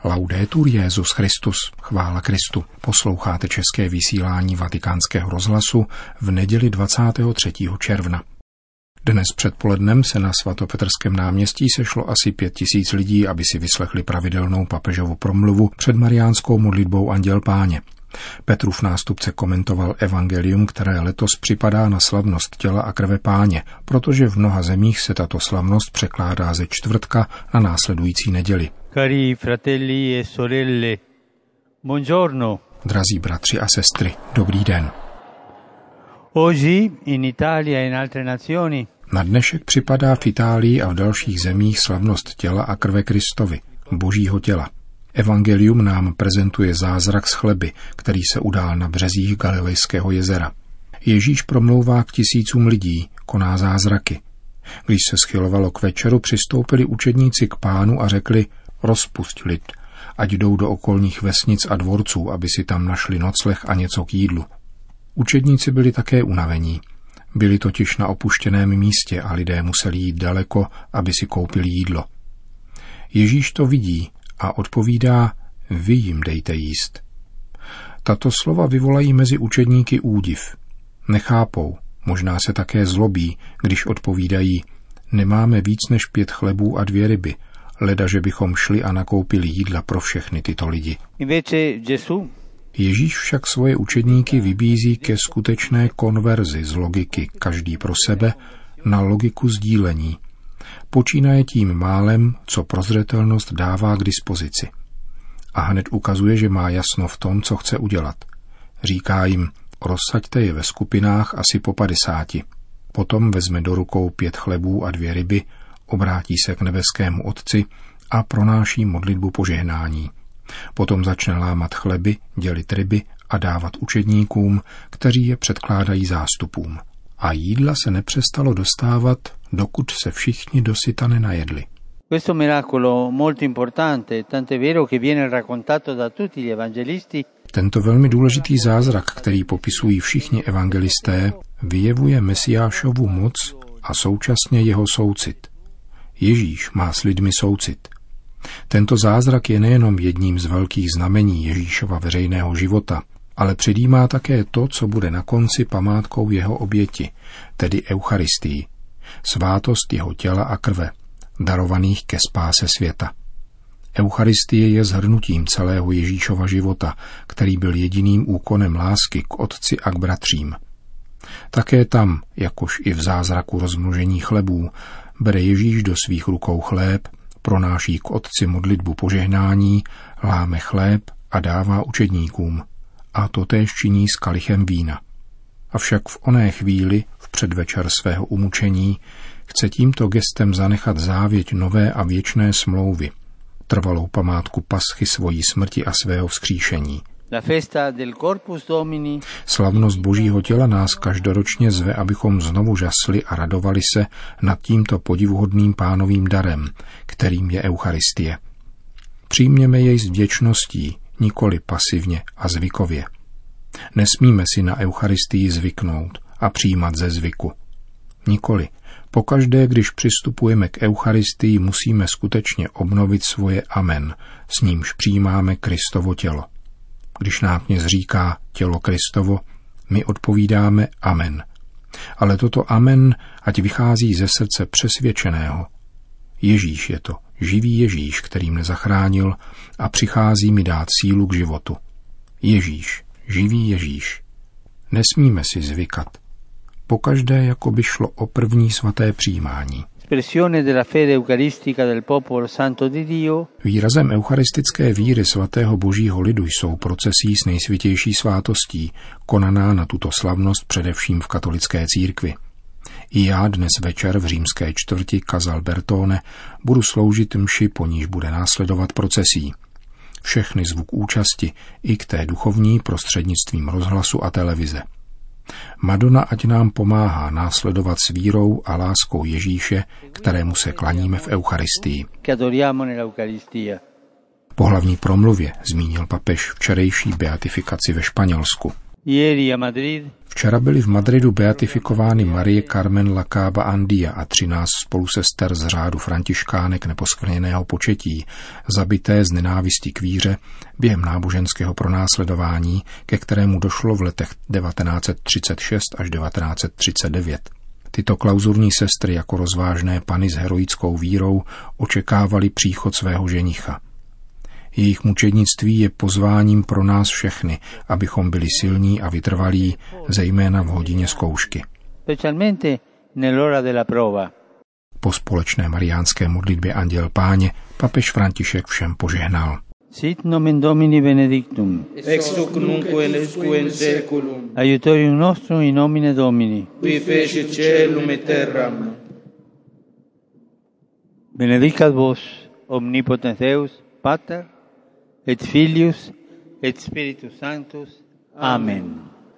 Laudetur Jesus Christus, chvála Kristu. Posloucháte české vysílání Vatikánského rozhlasu v neděli 23. června. Dnes předpolednem se na svatopetrském náměstí sešlo asi 5000 lidí, aby si vyslechli pravidelnou papežovu promluvu před mariánskou modlitbou Anděl Páně. Petrův nástupce komentoval evangelium, které letos připadá na slavnost těla a krve Páně, protože v mnoha zemích se tato slavnost překládá ze čtvrtka na následující neděli. Cari fratelli e sorelle, buongiorno. Drazí bratři a sestry, dobrý den. Oggi in Italia e in altre nazioni Na dnešek připadá v Itálii a v dalších zemích slavnost těla a krve Kristovy, Božího těla. Evangelium nám prezentuje zázrak z chleby, který se udál na březích Galilejského jezera. Ježíš promlouvá k tisícům lidí, koná zázraky. Když se schylovalo k večeru, přistoupili učedníci k Pánu a řekli: rozpusť lid, ať jdou do okolních vesnic a dvorců, aby si tam našli nocleh a něco k jídlu. Učedníci byli také unavení. Byli totiž na opuštěném místě a lidé museli jít daleko, aby si koupili jídlo. Ježíš to vidí a odpovídá: vy jim dejte jíst. Tato slova vyvolají mezi učedníky údiv. Nechápou, možná se také zlobí, když odpovídají: nemáme víc než 5 chlebů a 2 ryby, leda, že bychom šli a nakoupili jídla pro všechny tyto lidi. Ježíš však svoje učedníky vybízí ke skutečné konverzi z logiky každý pro sebe na logiku sdílení. Počínaje tím málem, co prozřetelnost dává k dispozici. A hned ukazuje, že má jasno v tom, co chce udělat. Říká jim: rozsaďte je ve skupinách asi po 50. Potom vezme do rukou 5 chlebů a 2 ryby, obrátí se k nebeskému Otci a pronáší modlitbu požehnání. Potom začne lámat chleby, dělit ryby a dávat učedníkům, kteří je předkládají zástupům. A jídla se nepřestalo dostávat, dokud se všichni dosyta nenajedli. Questo miracolo molto importante, tant'è vero che viene raccontato da tutti gli evangelisti. Tento velmi důležitý zázrak, který popisují všichni evangelisté, vyjevuje Mesiášovu moc a současně jeho soucit. Ježíš má s lidmi soucit. Tento zázrak je nejenom jedním z velkých znamení Ježíšova veřejného života, ale předjímá také to, co bude na konci památkou jeho oběti, tedy Eucharistii, svátost jeho těla a krve, darovaných ke spáse světa. Eucharistie je shrnutím celého Ježíšova života, který byl jediným úkonem lásky k Otci a k bratřím. Také tam, jakož i v zázraku rozmnožení chlebů, bere Ježíš do svých rukou chléb, pronáší k Otci modlitbu požehnání, láme chléb a dává učedníkům. A totéž činí s kalichem vína. Avšak v oné chvíli, v předvečer svého umučení, chce tímto gestem zanechat závěť nové a věčné smlouvy, trvalou památku paschy svojí smrti a svého vzkříšení. Slavnost Božího těla nás každoročně zve, abychom znovu žasli a radovali se nad tímto podivuhodným Pánovým darem, kterým je Eucharistie. Přijměme jej s vděčností, nikoli pasivně a zvykově. Nesmíme si na Eucharistii zvyknout a přijímat ze zvyku. Nikoli. Pokaždé, když přistupujeme k Eucharistii, musíme skutečně obnovit svoje amen, s nímž přijímáme Kristovo tělo. Když nám kněz říká tělo Kristovo, my odpovídáme amen. Ale toto amen ať vychází ze srdce přesvědčeného. Ježíš je to, živý Ježíš, který mne zachránil a přichází mi dát sílu k životu. Ježíš, živý Ježíš. Nesmíme si zvykat. Pokaždé, jako by šlo o první svaté přijímání. Výrazem eucharistické víry svatého Božího lidu jsou procesí s nejsvětější svátostí, konaná na tuto slavnost především v katolické církvi. I já dnes večer v římské čtvrti Casal Bertone budu sloužit mši, po níž bude následovat procesí. Všechny zvuk účasti, i k té duchovní prostřednictvím rozhlasu a televize. Madonna ať nám pomáhá následovat s vírou a láskou Ježíše, kterému se klaníme v Eucharistii. Po hlavní promluvě zmínil papež včerejší beatifikaci ve Španělsku. Včera byly v Madridu beatifikovány Marie Carmen Lacaba Andia a 13 spolusester z řádu františkánek Neposkvrněného početí, zabité z nenávisti k víře během náboženského pronásledování, ke kterému došlo v letech 1936 až 1939. Tyto klauzurní sestry jako rozvážné pany s heroickou vírou očekávali příchod svého ženicha. Jejich mučednictví je pozváním pro nás všechny, abychom byli silní a vytrvalí, zejména v hodině zkoušky. Po společné mariánské modlitbě Anděl Páně papež František všem požehnal. Sit nomen Domini benedictum. Ex hoc nunquam et usque in saeculum. Aiutorium nostrum in nomine Domini. Qui fecit caelum et terram. Benedicat vos omnipotens Deus, Pater, et Filius, et Spiritus Sanctus. Amen.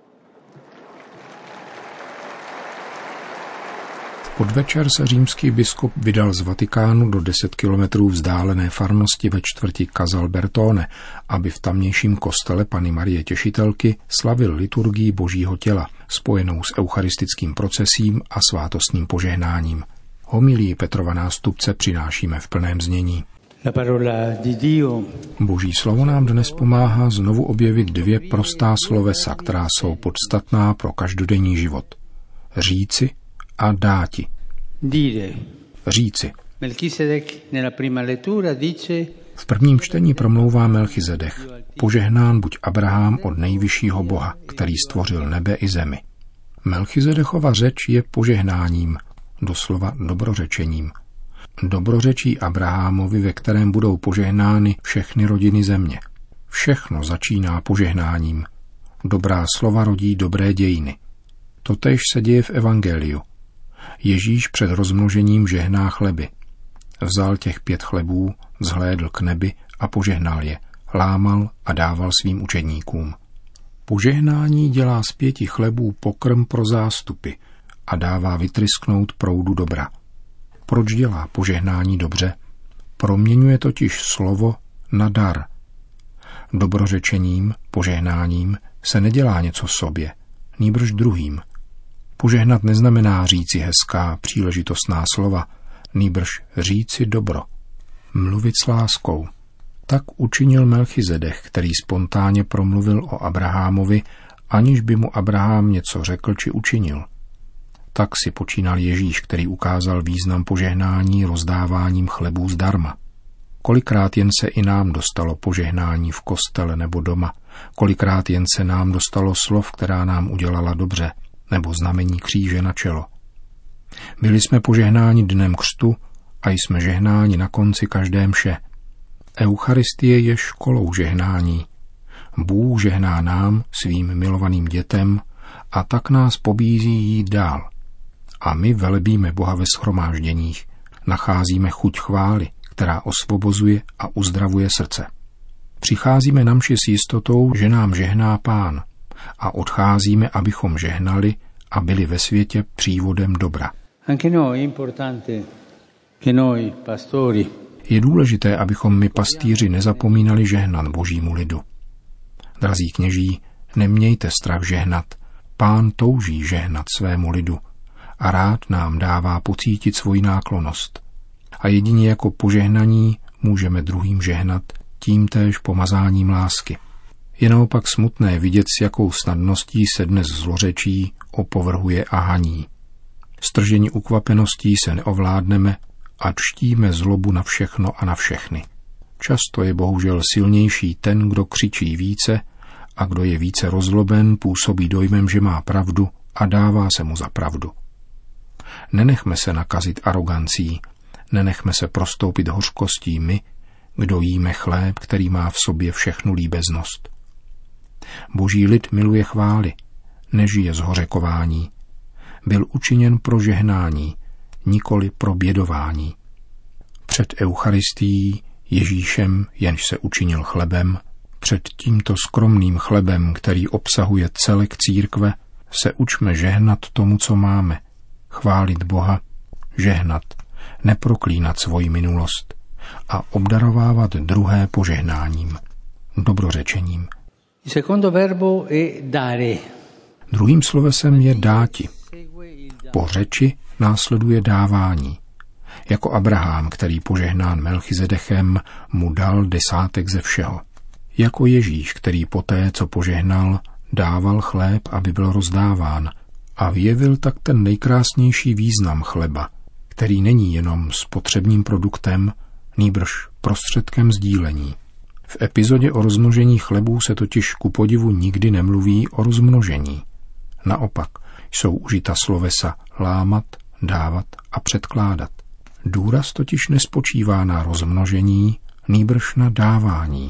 Podvečer se římský biskup vydal z Vatikánu do 10 kilometrů vzdálené farnosti ve čtvrti Casalbertone, aby v tamnějším kostele Panny Marie Těšitelky slavil liturgii Božího těla, spojenou s eucharistickým procesím a svátostním požehnáním. Homilii Petrova nástupce přinášíme v plném znění. Boží slovo nám dnes pomáhá znovu objevit 2 prostá slovesa, která jsou podstatná pro každodenní život. Říci a dáti. Říci. V prvním čtení promlouvá Melchizedech. Požehnán buď Abraham od nejvyššího Boha, který stvořil nebe i zemi. Melchizedechova řeč je požehnáním, doslova dobrořečením. Dobrořečí Abrahamovi, ve kterém budou požehnány všechny rodiny země. Všechno začíná požehnáním. Dobrá slova rodí dobré dějiny. Totéž se děje v evangeliu. Ježíš před rozmnožením žehná chleby. Vzal těch 5 chlebů, vzhlédl k nebi a požehnal je, lámal a dával svým učedníkům. Požehnání dělá z 5 chlebů pokrm pro zástupy a dává vytrysknout proudu dobra. Proč dělá požehnání dobře? Proměňuje totiž slovo na dar. Dobrořečením, požehnáním se nedělá něco sobě, nýbrž druhým. Požehnat neznamená říci hezká, příležitostná slova, nýbrž říci dobro. Mluvit s láskou. Tak učinil Melchizedech, který spontánně promluvil o Abrahamovi, aniž by mu Abraham něco řekl či učinil. Tak si počínal Ježíš, který ukázal význam požehnání rozdáváním chlebů zdarma. Kolikrát jen se i nám dostalo požehnání v kostele nebo doma, kolikrát jen se nám dostalo slov, která nám udělala dobře, nebo znamení kříže na čelo. Byli jsme požehnáni dnem křtu a jsme žehnáni na konci každé mše. Eucharistie je školou žehnání. Bůh žehná nám, svým milovaným dětem, a tak nás pobízí jít dál. A my velebíme Boha ve shromážděních, nacházíme chuť chvály, která osvobozuje a uzdravuje srdce. Přicházíme na mši s jistotou, že nám žehná Pán, a odcházíme, abychom žehnali a byli ve světě přívodem dobra. Je důležité, abychom my pastýři nezapomínali žehnat Božímu lidu. Drazí kněží, nemějte strach žehnat. Pán touží žehnat svému lidu a rád nám dává pocítit svoji náklonnost. A jedině jako požehnaní můžeme druhým žehnat tímtéž pomazáním lásky. Je naopak smutné vidět, s jakou snadností se dnes zlořečí, opovrhuje a haní. Strženi ukvapeností se neovládneme a čtíme zlobu na všechno a na všechny. Často je bohužel silnější ten, kdo křičí více, a kdo je více rozloben, působí dojmem, že má pravdu a dává se mu za pravdu. Nenechme se nakazit arogancí, nenechme se prostoupit hořkostí my, kdo jíme chléb, který má v sobě všechnu líbeznost. Boží lid miluje chvály, nežije z hořekování. Byl učiněn pro žehnání, nikoli pro bědování. Před Eucharistií Ježíšem, jenž se učinil chlebem, před tímto skromným chlebem, který obsahuje celek církve, se učme žehnat tomu, co máme, chválit Boha, žehnat, neproklínat svoji minulost a obdarovávat druhé požehnáním, dobrořečením. Il secondo verbo è dare. Druhým slovesem je dáti. Po řeči následuje dávání. Jako Abraham, který požehnán Melchizedechem mu dal 10 ze všeho. Jako Ježíš, který poté, co požehnal, dával chléb, aby byl rozdáván a vyjevil tak ten nejkrásnější význam chleba, který není jenom spotřebním produktem, nýbrž prostředkem sdílení. V epizodě o rozmnožení chlebů se totiž ku podivu nikdy nemluví o rozmnožení. Naopak jsou užita slovesa lámat, dávat a předkládat. Důraz totiž nespočívá na rozmnožení, nýbrž na dávání.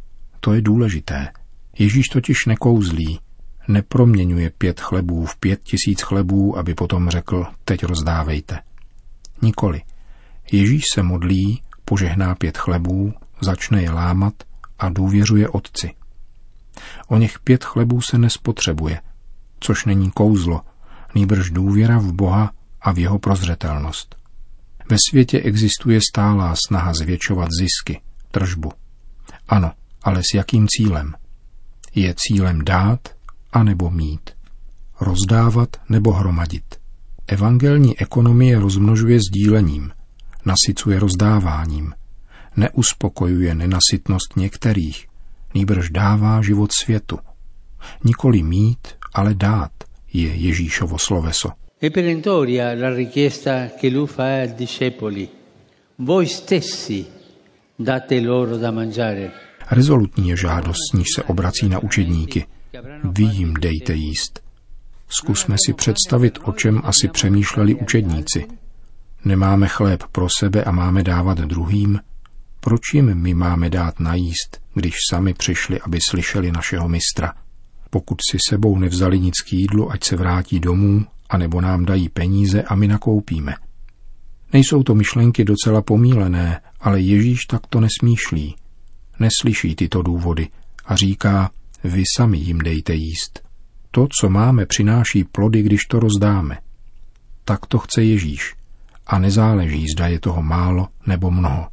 To je důležité. Ježíš totiž nekouzlí, neproměňuje 5 chlebů v 5000 chlebů, aby potom řekl, teď rozdávejte. Nikoli. Ježíš se modlí, požehná 5 chlebů, začne je lámat a důvěřuje Otci. Oněch 5 chlebů se nespotřebuje, což není kouzlo, nýbrž důvěra v Boha a v jeho prozřetelnost. Ve světě existuje stálá snaha zvětšovat zisky, tržbu. Ano, ale s jakým cílem? Je cílem dát anebo mít? Rozdávat nebo hromadit? Evangelní ekonomie rozmnožuje sdílením, nasycuje rozdáváním, neuspokojuje nenasytnost některých, nýbrž dává život světu. Nikoli mít, ale dát je Ježíšovo sloveso. È perentoria la richiesta che lui fa ai discepoli. Voi stessi date loro da mangiare. Rezolutní je žádost, s níž se obrací na učedníky. Vy jim dejte jíst. Zkusme si představit, o čem asi přemýšleli učedníci. Nemáme chléb pro sebe a máme dávat druhým? Proč jim my máme dát najíst, když sami přišli, aby slyšeli našeho mistra? Pokud si sebou nevzali nic k jídlu, ať se vrátí domů, anebo nám dají peníze a my nakoupíme. Nejsou to myšlenky docela pomílené, ale Ježíš takto nesmýšlí. Neslyší tyto důvody a říká, vy sami jim dejte jíst. To, co máme, přináší plody, když to rozdáme. Tak to chce Ježíš a nezáleží, zda je toho málo nebo mnoho.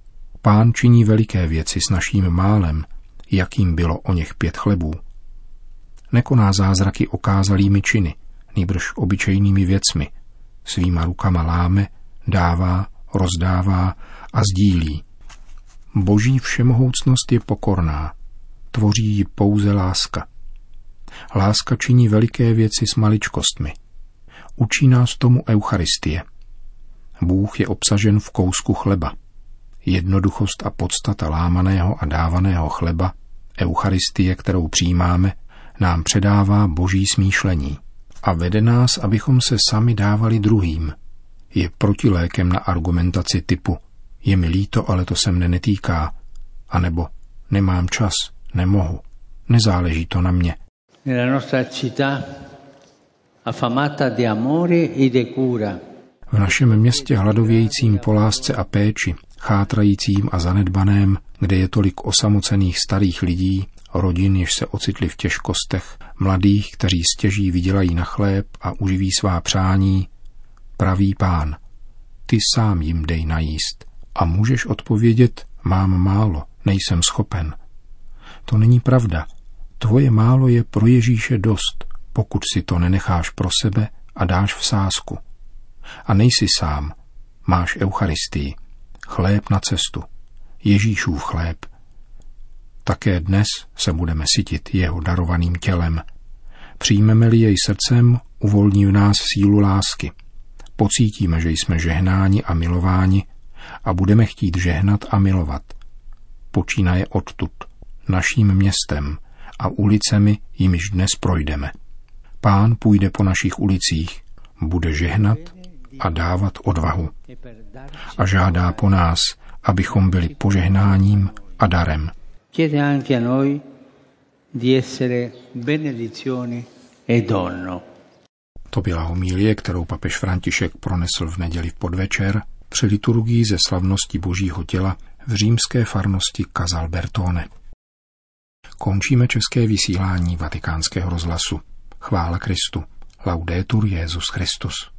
Pán činí veliké věci s naším málem, jakým bylo oněch 5 chlebů. Nekoná zázraky okázalými činy, nýbrž obyčejnými věcmi. Svýma rukama láme, dává, rozdává a sdílí. Boží všemohoucnost je pokorná. Tvoří ji pouze láska. Láska činí veliké věci s maličkostmi. Učí nás tomu Eucharistie. Bůh je obsažen v kousku chleba. Jednoduchost a podstata lámaného a dávaného chleba, Eucharistie, kterou přijímáme, nám předává Boží smýšlení a vede nás, abychom se sami dávali druhým. Je protilékem na argumentaci typu je mi líto, ale to se mne netýká, anebo nemám čas, nemohu, nezáleží to na mě. Nella nostra città affamata di amore e di cura. V našem městě hladovějícím po lásce a péči, chátrajícím a zanedbaném, kde je tolik osamocených starých lidí, rodin, jež se ocitli v těžkostech, mladých, kteří stěží vydělají na chléb a uživí svá přání, praví Pán, ty sám jim dej najíst. A můžeš odpovědět, mám málo, nejsem schopen. To není pravda. Tvoje málo je pro Ježíše dost, pokud si to nenecháš pro sebe a dáš v sázku. A nejsi sám, máš Eucharistii, chléb na cestu, Ježíšův chléb. Také dnes se budeme sytit jeho darovaným tělem. Přijmeme-li jej srdcem, uvolní v nás sílu lásky. Pocítíme, že jsme žehnáni a milováni a budeme chtít žehnat a milovat. Počínaje odtud, naším městem a ulicemi, jimiž dnes projdeme. Pán půjde po našich ulicích, bude žehnat a dávat odvahu. A žádá po nás, abychom byli požehnáním a darem. Chiede anche a noi di essere benedizione e dono. To byla homilie, kterou papež František pronesl v neděli v podvečer při liturgii ze slavnosti Božího těla v římské farnosti Casalbertone. Končíme české vysílání Vatikánského rozhlasu. Chvála Kristu. Laudetur Jesus Christus.